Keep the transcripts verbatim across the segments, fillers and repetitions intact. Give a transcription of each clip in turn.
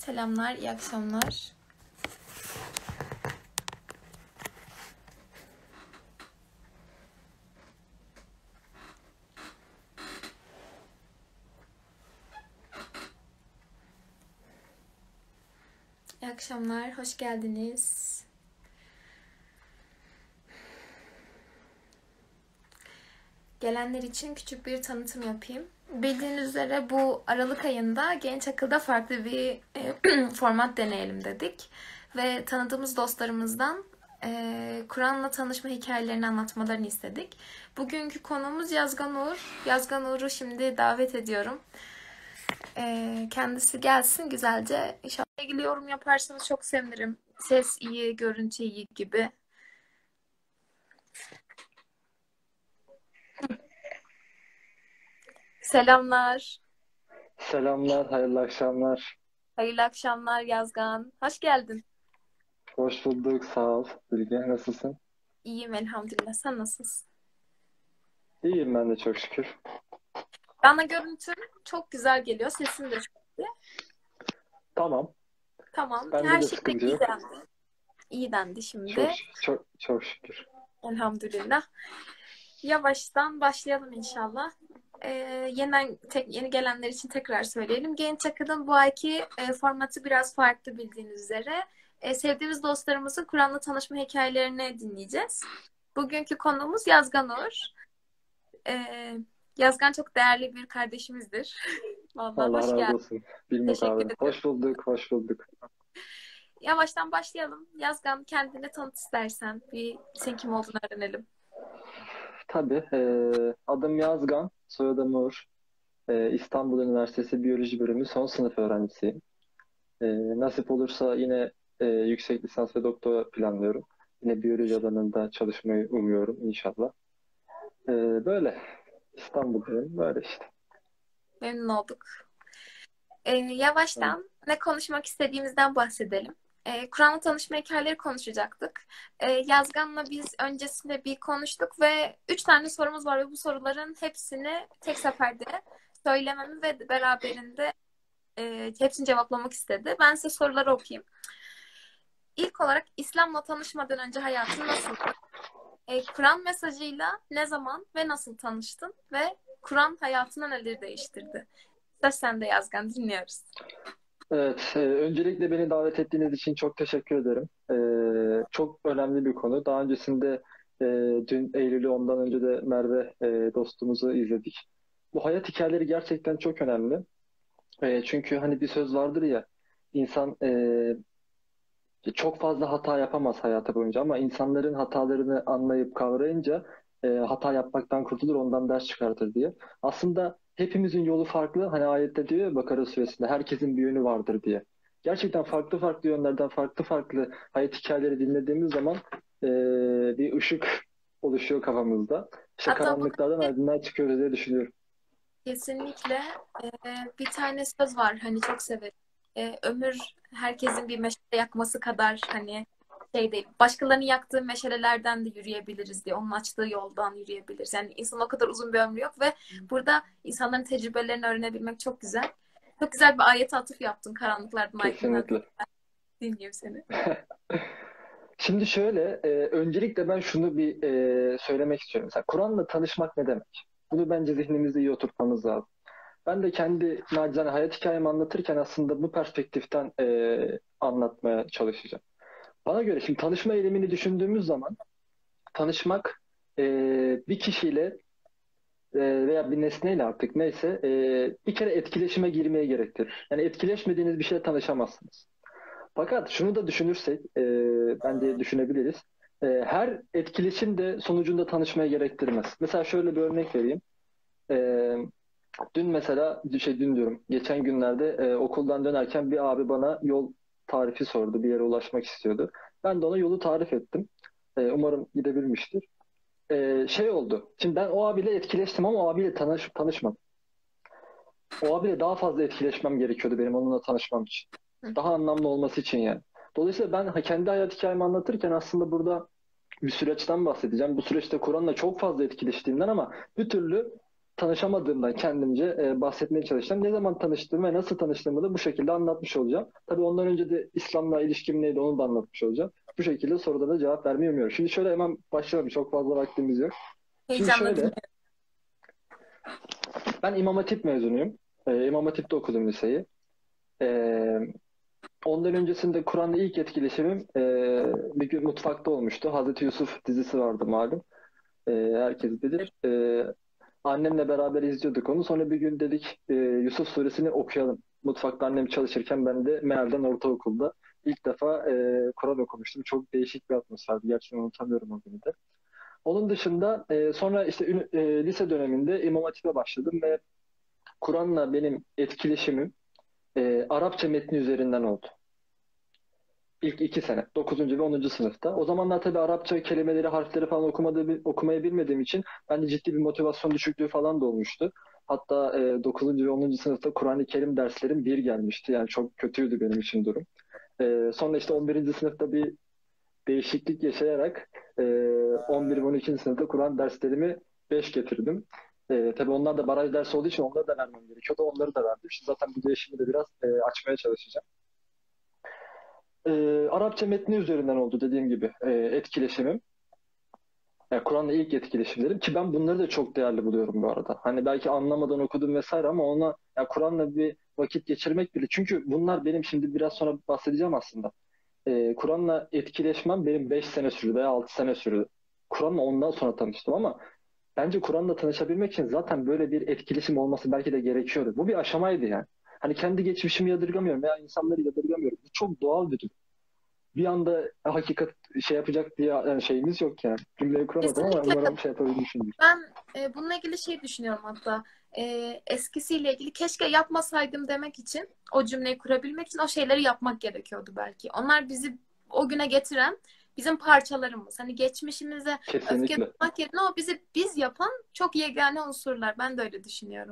Selamlar, iyi akşamlar. İyi akşamlar, hoş geldiniz. Gelenler için küçük bir tanıtım yapayım. Bildiğiniz üzere bu Aralık ayında Genç Akıl'da farklı bir e, format deneyelim dedik. Ve tanıdığımız dostlarımızdan e, Kur'an'la tanışma hikayelerini anlatmalarını istedik. Bugünkü konumuz Yazgan Uğur. Yazgan Uğur'u şimdi davet ediyorum. E, kendisi gelsin güzelce. İnşallah ilgili yorum yaparsanız çok sevinirim. Ses iyi, görüntü iyi gibi. Selamlar. Selamlar, hayırlı akşamlar. Hayırlı akşamlar Yazgan. Hoş geldin. Hoş bulduk, sağ ol. Bilge, nasılsın? İyiyim elhamdülillah. Sen nasılsın? İyiyim ben de çok şükür. Bana görüntün çok güzel geliyor. Sesin de çok iyi. Tamam, Tamam. bende Her de şey de sıkıntı iyi yok. dendi. İyi dendi Çok şimdi. çok çok şükür. Elhamdülillah. Yavaştan başlayalım inşallah. Ee, yeniden tek, yeni gelenler için tekrar söyleyelim. Genç Akıl'ın bu ayki e, formatı biraz farklı bildiğiniz üzere. E, sevdiğimiz dostlarımızın Kur'an'la tanışma hikayelerini dinleyeceğiz. Bugünkü konuğumuz Yazgan Uğur. Ee, Yazgan çok değerli bir kardeşimizdir. Vallahi Allah hoş razı geldin. olsun. Bilmek Teşekkür abi. ediyorum. Hoş bulduk, hoş bulduk. Yavaştan başlayalım. Yazgan kendini tanıt istersen. Bir sen kim olduğunu öğrenelim. Tabii, e, adım Yazgan, soyadım Uğur. E, İstanbul Üniversitesi Biyoloji Bölümü son sınıf öğrencisiyim. E, nasip olursa yine e, yüksek lisans ve doktora planlıyorum. Yine biyoloji alanında çalışmayı umuyorum inşallah. E, böyle, İstanbul'dayım, böyle işte. Memnun olduk. Ee, Evet. yavaştan ne konuşmak istediğimizden bahsedelim. Ee, Kur'an'la tanışma hikayeleri konuşacaktık. Ee, Yazgan'la biz öncesinde bir konuştuk ve üç tane sorumuz var ve bu soruların hepsini tek seferde söylememi ve beraberinde e, hepsini cevaplamak istedi. Ben size soruları okuyayım. İlk olarak İslam'la tanışmadan önce hayatın nasıldı? E, Kur'an mesajıyla ne zaman ve nasıl tanıştın? Ve Kur'an hayatına neler değiştirdi? Söz sende Yazgan, dinliyoruz. Evet, e, öncelikle beni davet ettiğiniz için çok teşekkür ederim. E, çok önemli bir konu. Daha öncesinde e, dün Eylül'ü ondan önce de Merve e, dostumuzu izledik. Bu hayat hikayeleri gerçekten çok önemli. E, çünkü hani bir söz vardır ya, insan e, çok fazla hata yapamaz hayatı boyunca ama insanların hatalarını anlayıp kavrayınca e, hata yapmaktan kurtulur, ondan ders çıkartır diye. Aslında hepimizin yolu farklı. Hani ayette diyor ya Bakara suresinde herkesin bir yönü vardır diye. Gerçekten farklı farklı yönlerden farklı farklı hayat hikayeleri dinlediğimiz zaman e, bir ışık oluşuyor kafamızda. İşte Hatta bunun karanlıklardan için aydınlığa çıkıyoruz diye düşünüyorum. kesinlikle e, bir tane söz var hani çok severim. E, ömür herkesin bir meşale yakması kadar hani şey değil. Başkalarının yaktığı meşalelerden de yürüyebiliriz diye. Onun açtığı yoldan yürüyebiliriz. Yani insan o kadar uzun bir ömrü yok ve burada insanların tecrübelerini öğrenebilmek çok güzel. Çok güzel bir ayet atıf yaptın karanlıklardan aydınlığa. Kesinlikle. Dinliyorum seni. Şimdi şöyle, e, öncelikle ben şunu bir e, söylemek istiyorum. Mesela Kur'an'la tanışmak ne demek? Bunu bence zihnimizde iyi oturtmamız lazım. Ben de kendi nacizane hayat hikayemi anlatırken aslında bu perspektiften e, anlatmaya çalışacağım. Bana göre şimdi tanışma eylemini düşündüğümüz zaman tanışmak e, bir kişiyle e, veya bir nesneyle artık neyse e, bir kere etkileşime girmeye gerektirir. Yani etkileşmediğiniz bir şeyle tanışamazsınız. Fakat şunu da düşünürsek, e, bence düşünebiliriz. E, her etkileşim de sonucunda tanışmaya gerektirmez. Mesela şöyle bir örnek vereyim. E, dün mesela, şey dün diyorum, geçen günlerde e, okuldan dönerken bir abi bana yol tarifi sordu. Bir yere ulaşmak istiyordu. Ben de ona yolu tarif ettim. E, umarım gidebilmiştir. E, şey oldu. Şimdi ben o abiyle etkileştim ama o abiyle tanış, tanışmadım. O abiyle daha fazla etkileşmem gerekiyordu benim onunla tanışmam için. Hı. Daha anlamlı olması için yani. Dolayısıyla ben ha- kendi hayat hikayemi anlatırken aslında burada bir süreçten bahsedeceğim. Bu süreçte Kur'an'la çok fazla etkileştiğimden ama bir türlü tanışamadığımdan kendimce e, bahsetmeye çalışacağım. Ne zaman tanıştığımı ve nasıl tanıştığımı da bu şekilde anlatmış olacağım. Tabii ondan önce de İslam'la ilişkim neydi onu da anlatmış olacağım. Bu şekilde sorulara da cevap vermeyi umuyorum. Şimdi şöyle hemen başlayalım. Çok fazla vaktimiz yok. Şimdi Heyecanla şöyle, dinliyorum. ben İmam Hatip mezunuyum. E, İmam Hatip'te okudum liseyi. E, Ondan öncesinde Kur'an'la ilk etkileşimim e, bir gün mutfakta olmuştu. Hazreti Yusuf dizisi vardı malum. E, herkes bilir. E, annemle beraber izliyorduk onu. Sonra bir gün dedik e, Yusuf suresini okuyalım. Mutfakta annem çalışırken ben de mealden ortaokulda ilk defa e, Kur'an okumuştum. Çok değişik bir atmosferdi. Gerçekten unutamıyorum o günü de. Onun dışında e, sonra işte ünü- e, lise döneminde İmam Hatip'e başladım ve Kur'an'la benim etkileşimim e, Arapça metni üzerinden oldu. İlk iki sene. Dokuzuncu ve onuncu sınıfta. O zamanlar tabii Arapça kelimeleri, harfleri falan okumadığı, okumayı bilmediğim için bende ciddi bir motivasyon düşüklüğü falan da olmuştu. Hatta e, dokuzuncu ve onuncu sınıfta Kur'an-ı Kerim derslerim bir gelmişti. Yani çok kötüydü benim için durum. E, sonra işte on birinci sınıfta bir değişiklik yaşayarak e, on bir ve on ikinci sınıfta Kur'an derslerimi beş getirdim. E, tabii onlar da baraj dersi olduğu için onları da vermem gerekiyordu. Onları da verdim. Şimdi zaten bu değişimi de biraz e, açmaya çalışacağım. E, Arapça metni üzerinden oldu dediğim gibi e, etkileşimim. Yani Kur'an'la ilk etkileşimlerim ki ben bunları da çok değerli buluyorum bu arada. Hani belki anlamadan okudum vesaire ama ona yani Kur'an'la bir vakit geçirmek bile. Çünkü bunlar benim şimdi biraz sonra bahsedeceğim aslında. E, Kur'an'la etkileşmem benim beş sene sürdü veya altı sene sürdü. Kur'an'la ondan sonra tanıştım ama bence Kur'an'la tanışabilmek için zaten böyle bir etkileşim olması belki de gerekiyordu. Bu bir aşamaydı yani. Hani kendi geçmişimi yadırgamıyorum veya insanları yadırgamıyorum. Bu çok doğal bir durum. Bir anda hakikat şey yapacak diye yani şeyimiz yok yani. Cümleyi kuramadım ama Kesinlikle. umarım şey yapabilmişimdir. Ben e, bununla ilgili şey düşünüyorum hatta. E, eskisiyle ilgili keşke yapmasaydım demek için, o cümleyi kurabilmek için o şeyleri yapmak gerekiyordu belki. Onlar bizi o güne getiren bizim parçalarımız. Hani geçmişimize öfke Kesinlikle. duymak yerine o bizi biz yapan çok yegane unsurlar. Ben de öyle düşünüyorum.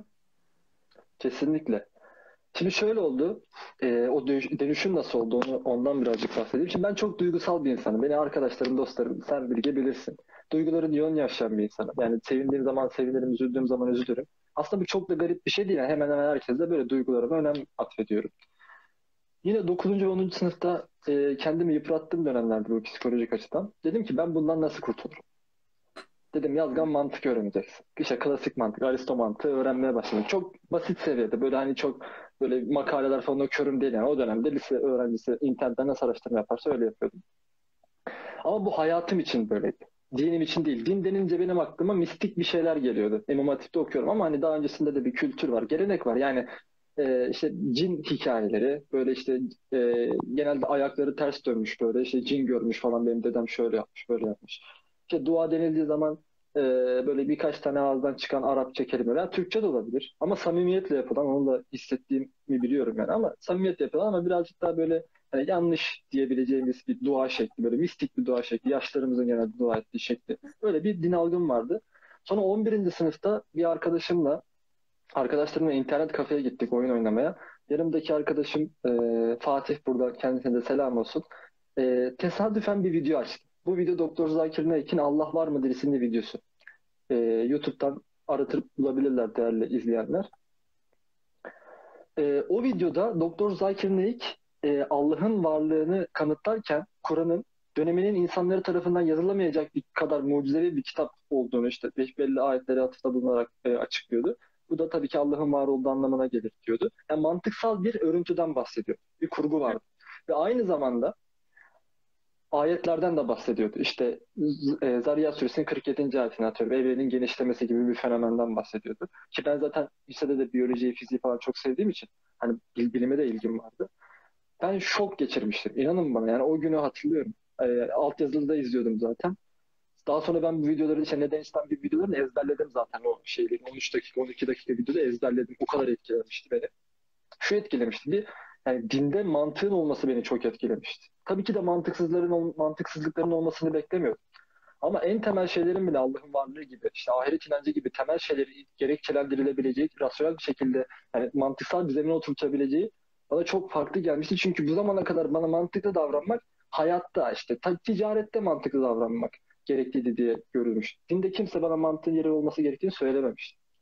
Kesinlikle. Şimdi şöyle oldu. E, o dönüş- dönüşüm nasıl oldu onu ondan birazcık bahsedeyim. Şimdi ben çok duygusal bir insanım. Beni arkadaşlarım, dostlarım, sen Bilge bilirsin. Duyguların yoğun yaşayan bir insanım. Yani sevindiğim zaman sevinirim, üzüldüğüm zaman üzülürüm. Aslında bu çok da garip bir şey değil. Yani hemen hemen herkes de böyle duygularıma önem atfediyorum. Yine dokuzuncu ve onuncu sınıfta e, kendimi yıprattığım dönemlerde bu psikolojik açıdan. Dedim ki ben bundan nasıl kurtulurum? Dedim yazgan mantık öğreneceksin. İşte klasik mantık, Aristo mantığı öğrenmeye başladım. Çok basit seviyede böyle hani çok böyle makaleler falan okuyorum değil yani. O dönemde lise öğrencisi internetten nasıl araştırma yaparsa öyle yapıyordum. Ama bu hayatım için böyleydi. Dinim için değil. Din denince benim aklıma mistik bir şeyler geliyordu. İmam Hatip'te okuyorum ama hani daha öncesinde de bir kültür var, gelenek var. Yani e, işte cin hikayeleri, böyle işte e, genelde ayakları ters dönmüş böyle işte cin görmüş falan benim dedem şöyle yapmış, böyle yapmış. İşte dua denildiği zaman e, böyle birkaç tane ağızdan çıkan Arapça kelimeler, yani Türkçe de olabilir ama samimiyetle yapılan, onu da hissettiğimi biliyorum yani ama samimiyetle yapılan ama birazcık daha böyle hani yanlış diyebileceğimiz bir dua şekli, böyle mistik bir dua şekli, yaşlarımızın genelde dua ettiği şekli. Böyle bir din algım vardı. Sonra on birinci sınıfta bir arkadaşımla, arkadaşlarımla internet kafeye gittik oyun oynamaya. Yanımdaki arkadaşım e, Fatih, burada kendisine de selam olsun. E, tesadüfen bir video açtı. Bu video Doktor Zakir Naik'in Allah Var mıdır isimli videosu. E, YouTube'dan aratıp bulabilirler değerli izleyenler. E, o videoda Doktor Zakir Naik e, Allah'ın varlığını kanıtlarken Kur'an'ın döneminin insanları tarafından yazılamayacak bir kadar mucizevi bir kitap olduğunu işte belli ayetlere atıfta bulunarak e, açıklıyordu. Bu da tabii ki Allah'ın var olduğu anlamına gelir diyordu. Yani mantıksal bir örüntüden bahsediyor. Bir kurgu vardı. Ve aynı zamanda ayetlerden de bahsediyordu. İşte e, Zariyat Suresinin kırk yedinci ayetini atıyorum. Evrenin genişlemesi gibi bir fenomenden bahsediyordu. Ki ben zaten lisede de biyolojiyi, fiziği falan çok sevdiğim için hani bil- bilime de ilgim vardı. Ben şok geçirmiştim. İnanın bana yani o günü hatırlıyorum. E, altyazılı da izliyordum zaten. Daha sonra ben bu videoları işte neden İslam bir videolarını ezberledim zaten o şeyleri. on üç dakika, on iki dakika videoda ezberledim. O kadar etkilemişti beni. Şu etkilemişti. Bir, yani dinde mantığın olması beni çok etkilemişti. Tabii ki de mantıksızların mantıksızlıkların olmasını beklemiyorum. Ama en temel şeylerin bile Allah'ın varlığı gibi, işte ahiret inancı gibi temel şeyleri gerekçelendirilebilecek, rasyonel bir şekilde yani mantıksal bir zemine oturtabileceği bana çok farklı gelmişti. Çünkü bu zamana kadar bana mantıklı davranmak hayatta işte ta- ticarette mantıklı davranmak gerekliydi diye görülmüş. Dinde kimse bana mantığın yeri olması gerektiğini söylememişti.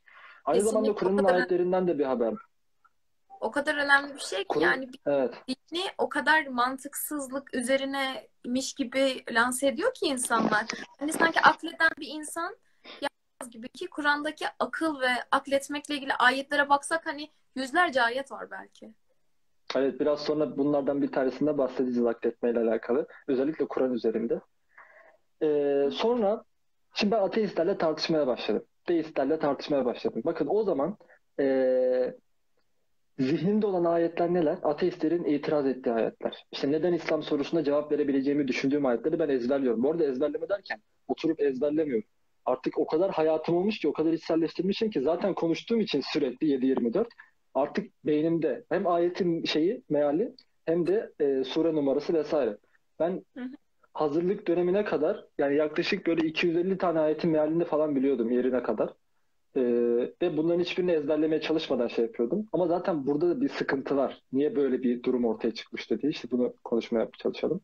Aynı zamanda Kesinlikle o Kur'an'ın kadar ayetlerinden de bir haber. o kadar önemli bir şey ki Kur'an, yani bir evet. dini o kadar mantıksızlık üzerinemiş gibi lanse ediyor ki insanlar. Hani sanki akleden bir insan yapmaz gibi ki Kur'an'daki akıl ve akletmekle ilgili ayetlere baksak hani yüzlerce ayet var belki. Evet, biraz sonra bunlardan bir tanesinde bahsedeceğiz akletmeyle alakalı. Özellikle Kur'an üzerinde. Ee, sonra şimdi ben ateistlerle tartışmaya başladım. Deistlerle tartışmaya başladım. Bakın o zaman ee, zihnimde olan ayetler neler? Ateistlerin itiraz ettiği ayetler. İşte neden İslam sorusuna cevap verebileceğimi düşündüğüm ayetleri ben ezberliyorum. Bu arada ezberleme derken oturup ezberlemiyorum. Artık o kadar hayatım olmuş ki, o kadar içselleştirmişim ki zaten konuştuğum için sürekli yedi yirmi dört artık beynimde hem ayetin şeyi, meali hem de e, sure numarası vesaire. Ben Hı hı. hazırlık dönemine kadar yani yaklaşık böyle iki yüz elli tane ayetin mealini falan biliyordum yerine kadar. Ee, ve bunların hiçbirini ezberlemeye çalışmadan şey yapıyordum. Ama zaten burada da bir sıkıntı var. Niye böyle bir durum ortaya çıkmıştı diye işte bunu konuşmaya çalışalım.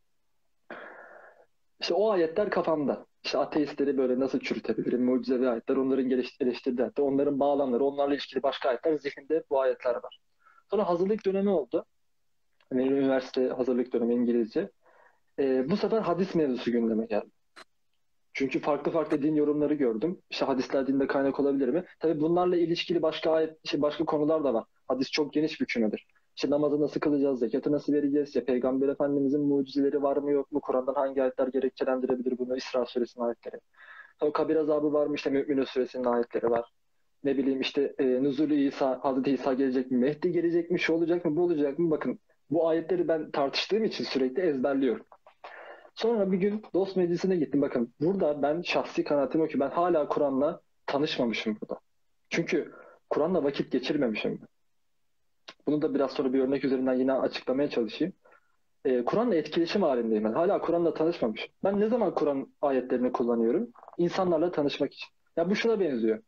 İşte o ayetler kafamda. İşte ateistleri böyle nasıl çürütebilirim? Mucizevi ayetler, onların geliş- eleştirdiği ayetler, onların bağlamları, onlarla ilgili başka ayetler, zihnimde bu ayetler var. Sonra hazırlık dönemi oldu. Hani üniversite hazırlık dönemi İngilizce. Ee, bu sefer hadis mevzusu gündeme geldi. Çünkü farklı farklı din yorumları gördüm. İşte hadisler dinde kaynak olabilir mi? Tabii bunlarla ilişkili başka ayet, şey, başka konular da var. Hadis çok geniş bir kümedir. İşte namazı nasıl kılacağız, zekatı nasıl vereceğiz, işte Peygamber Efendimizin mucizeleri var mı yok mu, Kur'an'dan hangi ayetler gerekçelendirebilir bunu, İsra suresinin ayetleri. Sonra kabir azabı var mı, işte Mü'minin suresinin ayetleri var. Ne bileyim işte e, Nuzulü İsa, Hazreti İsa gelecek mi, Mehdi gelecek mi, şu olacak mı, bu olacak mı? Bakın bu ayetleri ben tartıştığım için sürekli ezberliyorum. Sonra bir gün dost meclisine gittim. Bakın burada ben şahsi kanaatim o ki ben hala Kur'an'la tanışmamışım burada. Çünkü Kur'an'la vakit geçirmemişim. Bunu da biraz sonra bir örnek üzerinden yine açıklamaya çalışayım. Ee, Kur'an'la etkileşim halindeyim ben. Hala Kur'an'la tanışmamışım. Ben ne zaman Kur'an ayetlerini kullanıyorum? İnsanlarla tanışmak için. Ya bu şuna benziyor.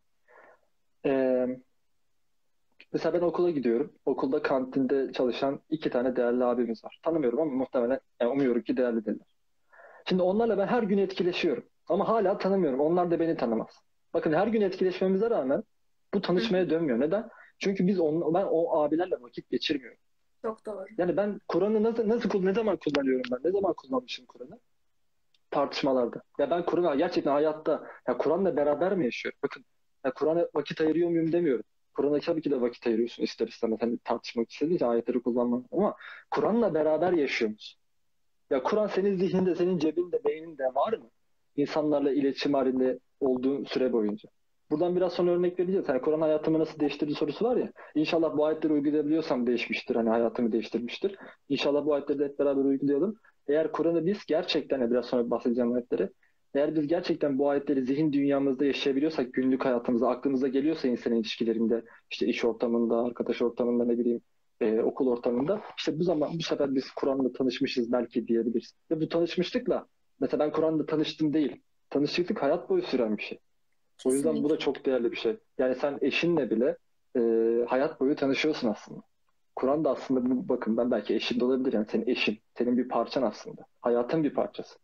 Ee, mesela ben okula gidiyorum. Okulda kantinde çalışan iki tane değerli abimiz var. Tanımıyorum ama muhtemelen yani umuyorum ki değerlidirler. Şimdi onlarla ben her gün etkileşiyorum. Ama hala tanımıyorum. Onlar da beni tanımaz. Bakın her gün etkileşmemize rağmen bu Hı hı. tanışmaya dönmüyor. Neden? Çünkü biz on, ben o abilerle vakit geçirmiyorum. Çok doğru. Yani ben Kur'an'ı nasıl nasıl kul- ne zaman kullanıyorum ben? Ne zaman kullanmışım Kur'an'ı? Tartışmalarda. Ya ben Kur'an'a gerçekten hayatta ya Kur'an'la beraber mi yaşıyorum? Bakın ya Kur'an'a vakit ayırıyor muyum demiyorum. Kur'an'a tabii ki de vakit ayırıyorsun ister istemez. Hani tartışmak istediğin için ayetleri kullanmak. Ama Kur'an'la beraber yaşıyor musun? Ya Kur'an senin zihninde, senin cebinde, beyninde var mı? İnsanlarla iletişim halinde olduğun süre boyunca. Buradan biraz sonra örnek vereceğiz. Hani Kur'an hayatımı nasıl değiştirdi sorusu var ya. İnşallah bu ayetleri uygulayabiliyorsam değişmiştir. Hani hayatımı değiştirmiştir. İnşallah bu ayetleri de hep beraber uygulayalım. Eğer Kur'an'ı biz gerçekten, hani biraz sonra bahsedeceğim ayetleri. Eğer biz gerçekten bu ayetleri zihin dünyamızda yaşayabiliyorsak, günlük hayatımızda, aklımıza geliyorsa insan ilişkilerinde, işte iş ortamında, arkadaş ortamında ne bileyim, e, okul ortamında. İşte bu zaman bu sefer biz Kur'an'la tanışmışız belki diyebiliriz. Ve bu tanışmışlıkla mesela ben Kur'an'la tanıştım değil. Tanışıklık hayat boyu süren bir şey. O yüzden bu da Kesinlikle. çok değerli bir şey. Yani sen eşinle bile e, hayat boyu tanışıyorsun aslında. Kur'an da aslında bu, bakın ben belki eşin de olabilir yani senin eşin, senin bir parçan aslında. Hayatın bir parçası.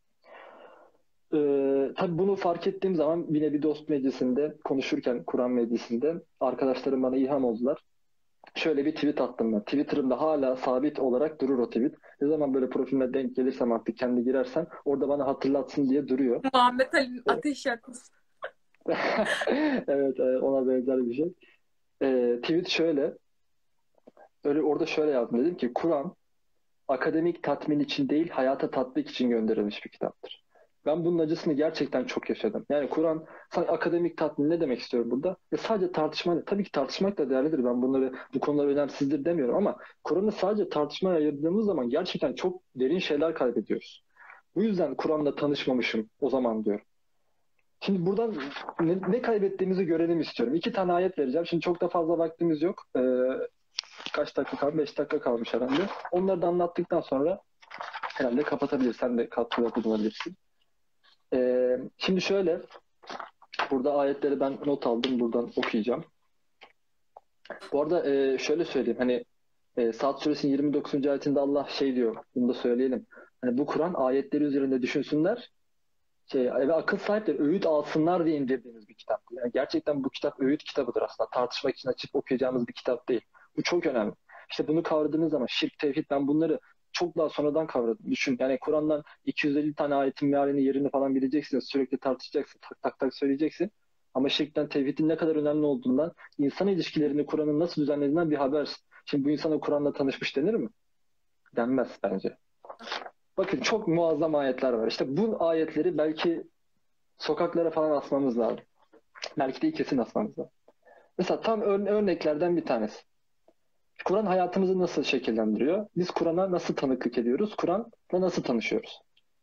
Ee, tabii bunu fark ettiğim zaman yine bir dost meclisinde konuşurken Kur'an meclisinde arkadaşlarım bana ilham oldular. Şöyle bir tweet attım ben. Twitter'ımda hala sabit olarak durur o tweet. Ne zaman böyle profilime denk gelirsem artık kendi girersem orada bana hatırlatsın diye duruyor. Muhammed Ali'nin Evet, ateş yakması. evet, evet, ona benzer bir şey. Ee, tweet şöyle. Öyle orada şöyle yazdım. Dedim ki Kur'an akademik tatmin için değil hayata tatbik için gönderilmiş bir kitaptır. Ben bunun acısını gerçekten çok yaşadım. Yani Kur'an sadece akademik tatmin ne demek istiyorum burada? Ya sadece tartışma, tabii ki tartışmak da değerlidir. Ben bunları bu konular önemsizdir demiyorum ama Kur'an'ı sadece tartışmaya ayırdığımız zaman gerçekten çok derin şeyler kaybediyoruz. Bu yüzden Kur'an'la tanışmamışım o zaman diyorum. Şimdi buradan ne, ne kaybettiğimizi görelim istiyorum. İki tane ayet vereceğim. Şimdi çok da fazla vaktimiz yok. Ee, kaç dakika kaldı? Beş dakika kalmış herhalde. Onları da anlattıktan sonra herhalde kapatabilir. Sen de katkıda bulunabilirsin. Ee, şimdi şöyle, burada ayetleri ben not aldım. Buradan okuyacağım. Bu arada e, şöyle söyleyeyim. Hani e, Saat suresinin yirmi dokuzuncu ayetinde Allah şey diyor. Bunu da söyleyelim. Hani bu Kur'an ayetleri üzerinde düşünsünler. Şey, ve akıl sahipleri öğüt alsınlar diye indirdiğimiz bir kitaptır. Yani gerçekten bu kitap öğüt kitabıdır aslında. Tartışmak için açıp okuyacağımız bir kitap değil. Bu çok önemli. İşte bunu kavradığınız zaman şirk, tevhid, ben bunları çok daha sonradan kavradım. Düşün, yani Kur'an'dan iki yüz elli tane ayetin mealini, yerini falan bileceksin. Sürekli tartışacaksın, tak tak tak söyleyeceksin. Ama şirkten, tevhidin ne kadar önemli olduğundan, insan ilişkilerini Kur'an'ın nasıl düzenlediğinden bir habersin. Şimdi bu insana Kur'an'la tanışmış denir mi? Denmez bence. Bakın çok muazzam ayetler var. İşte bu ayetleri belki sokaklara falan asmamız lazım. Belki de kesin asmamız lazım. Mesela tam ör- örneklerden bir tanesi. Kur'an hayatımızı nasıl şekillendiriyor? Biz Kur'an'a nasıl tanıklık ediyoruz? Kur'an'la nasıl tanışıyoruz?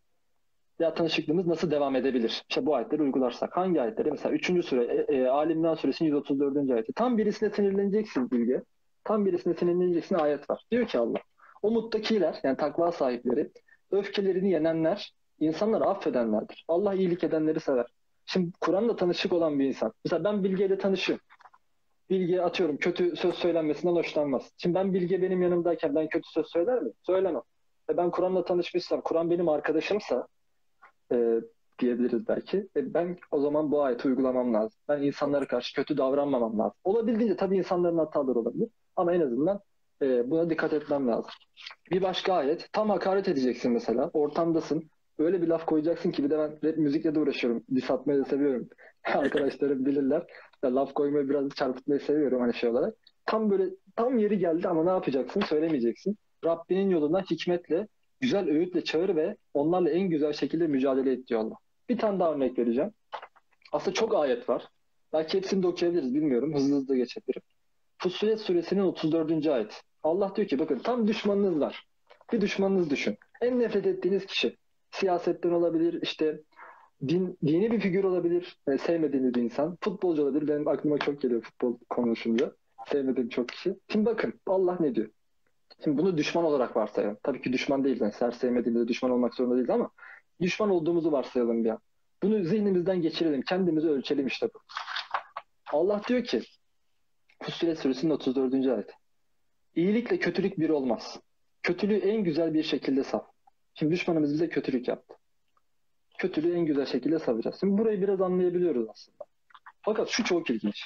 Ya tanışıklığımız nasıl devam edebilir? İşte bu ayetleri uygularsak. Hangi ayetleri? Mesela üçüncü sure, e, e, Ali İmran suresinin yüz otuz dördüncü ayeti. Tam birisine sinirleneceksin Bilge. Tam birisine sinirleneceksin ayet var. Diyor ki Allah, o muttakiler, yani takva sahipleri, öfkelerini yenenler, insanları affedenlerdir. Allah iyilik edenleri sever. Şimdi Kur'an'la tanışık olan bir insan. Mesela ben Bilge ile tanışıyorum. Bilge, atıyorum, kötü söz söylenmesinden hoşlanmaz. Şimdi ben Bilge benim yanımdayken ben kötü söz söyler miyim? Söylemem. E ben Kur'an'la tanışmışsam, Kur'an benim arkadaşımsa, e, diyebiliriz belki. E, ben o zaman bu ayeti uygulamam lazım. Ben insanlara karşı kötü davranmamam lazım. Olabildiğince tabii insanların hataları olabilir. Ama en azından e, buna dikkat etmem lazım. Bir başka ayet. Tam hakaret edeceksin mesela. Ortamdasın. Öyle bir laf koyacaksın ki, bir de ben rap müzikle de uğraşıyorum. Diss atmayı da seviyorum. Arkadaşlarım bilirler. Ya, laf koymayı, biraz çarpıtmayı seviyorum hani şey olarak. Tam böyle tam yeri geldi ama ne yapacaksın? Söylemeyeceksin. Rabbinin yolundan hikmetle, güzel öğütle çağır ve onlarla en güzel şekilde mücadele et diyor Allah. Bir tane daha örnek vereceğim. Aslında çok ayet var. Belki hepsini de okuyabiliriz, bilmiyorum. Hızlı hızlı geçebilirim. Fussilet suresinin otuz dördüncü ayet. Allah diyor ki bakın, tam düşmanınız var. Bir düşmanınız düşün. En nefret ettiğiniz kişi. Siyasetten olabilir, işte din, dini bir figür olabilir, e, sevmediğiniz bir insan. Futbolcu olabilir. Benim aklıma çok geliyor futbol konuşunca. Sevmediğim çok kişi. Şimdi bakın Allah ne diyor? Şimdi bunu düşman olarak varsayalım. Tabii ki düşman değil. Yani her sevmediğimizde düşman olmak zorunda değiliz ama düşman olduğumuzu varsayalım bir an. Bunu zihnimizden geçirelim. Kendimizi ölçelim işte bu. Allah diyor ki Fussilet suresinin otuz dördüncü ayet. İyilikle kötülük bir olmaz. Kötülüğü en güzel bir şekilde sav. Şimdi düşmanımız bize kötülük yaptı. Kötülüğü en güzel şekilde savacağız. Şimdi burayı biraz anlayabiliyoruz aslında. Fakat şu çok ilginç.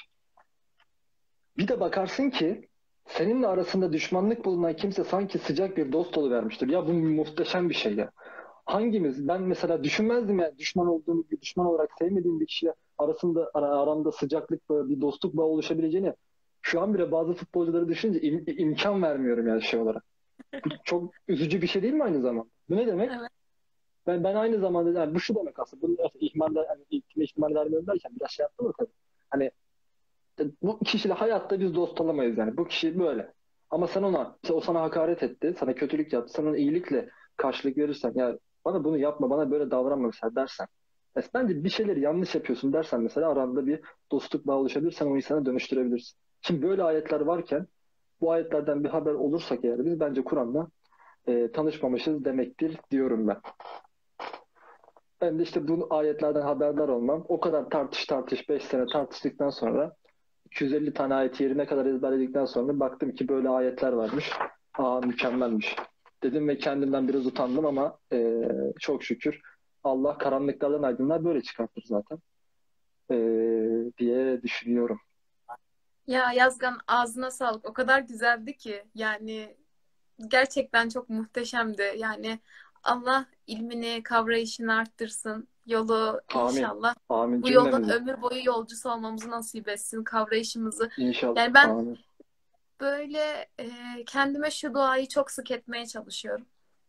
Bir de bakarsın ki seninle arasında düşmanlık bulunan kimse sanki sıcak bir dost oluvermiştir. Ya bu muhteşem bir şey ya. Hangimiz? Ben mesela düşünmezdim ya, düşman olduğum, bir düşman olarak sevmediğim bir kişiyle arasında ara- aramda sıcaklık, böyle bir dostluk bağı oluşabileceğini şu an bile bazı futbolcuları düşününce im- imkan vermiyorum yani şey olarak. Bu çok üzücü bir şey değil mi aynı zamanda? Bu ne demek? Evet. Ben ben aynı zamanda, yani bu şu demek aslında. Bunu ihmalle, yani ilk ihmal vermiyorum derken biraz şey yaptım mı tabii. Hani bu kişiyle hayatta biz dost olamayız yani. Bu kişi böyle. Ama sen ona, işte o sana hakaret etti, sana kötülük yaptı, sana iyilikle karşılık verirsen, ya bana bunu yapma, bana böyle davranma mesela dersen. Ya bence bir şeyleri yanlış yapıyorsun dersen mesela, aranda bir dostluk bağı oluşabilir, sen o insana dönüştürebilirsin. Şimdi böyle ayetler varken, bu ayetlerden bir haber olursak eğer, biz bence Kur'an'la e, tanışmamışız demektir diyorum ben. Ben de işte bu ayetlerden haberdar olmam. O kadar tartış tartış beş sene tartıştıktan sonra, iki yüz elli tane ayet yerine kadar ezberledikten sonra baktım ki böyle ayetler varmış. Aa, mükemmelmiş dedim ve kendimden biraz utandım ama e, çok şükür Allah karanlıklardan aydınlığa böyle çıkartır zaten e, diye düşünüyorum. Ya Yazgan, ağzına sağlık. O kadar güzeldi ki. Yani gerçekten çok muhteşemdi. Yani Allah ilmini, kavrayışını arttırsın. Yolu Amin. inşallah. Amin Bu yolun cümlemize. ömür boyu yolcusu olmamızı nasip etsin. Kavrayışımızı. İnşallah. Yani ben Amin. böyle e, kendime şu duayı çok sık etmeye çalışıyorum.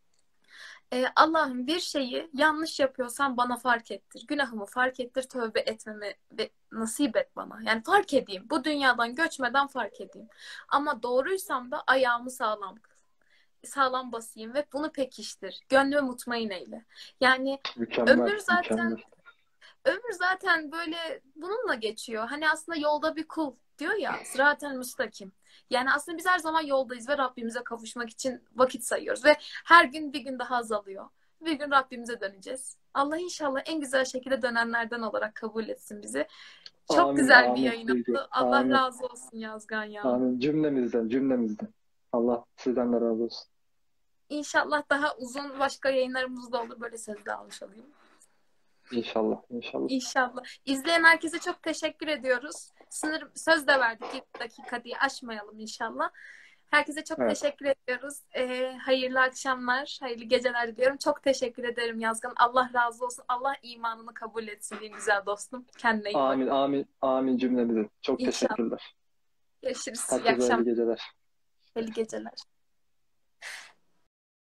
E, Allah'ım, bir şeyi yanlış yapıyorsam bana fark ettir. Günahımı fark ettir, tövbe etmemi ve nasip et bana. Yani fark edeyim. Bu dünyadan göçmeden fark edeyim. Ama doğruysam da ayağımı sağlam kıl. Sağlam basayım ve bunu pekiştir. Gönlümü mutmain eyle. Yani Mükemmel. ömür zaten Mükemmel. ömür zaten böyle bununla geçiyor. Hani aslında yolda bir kul diyor ya, sıraten müstakim. Yani aslında biz her zaman yoldayız ve Rabbimize kavuşmak için vakit sayıyoruz ve her gün bir gün daha azalıyor. Bir gün Rabbimize döneceğiz. Allah inşallah en güzel şekilde dönenlerden olarak kabul etsin bizi. Çok Amin. güzel bir Amin. yayın Bilgi. oldu. Allah Amin. razı olsun Yazgan ya. Amin. Cümlemizden. Cümlemizden. Allah sizden de razı olsun. İnşallah daha uzun başka yayınlarımız da olur. Böyle sözde almış olayım. İnşallah, inşallah. İnşallah. İzleyen herkese çok teşekkür ediyoruz. Sınır söz de verdik ilk dakika diye aşmayalım inşallah. Herkese çok Evet. teşekkür ediyoruz. Ee, hayırlı akşamlar, hayırlı geceler diliyorum. Çok teşekkür ederim Yazgan. Allah razı olsun. Allah imanını kabul etsin diyeyim güzel dostum. Kendine iyi bak. Amin, amin, amin cümlemizin. Çok İnşallah. teşekkürler. Görüşürüz. İyi Herkese hayırlı akşamlar, geceler. hayırlı geceler.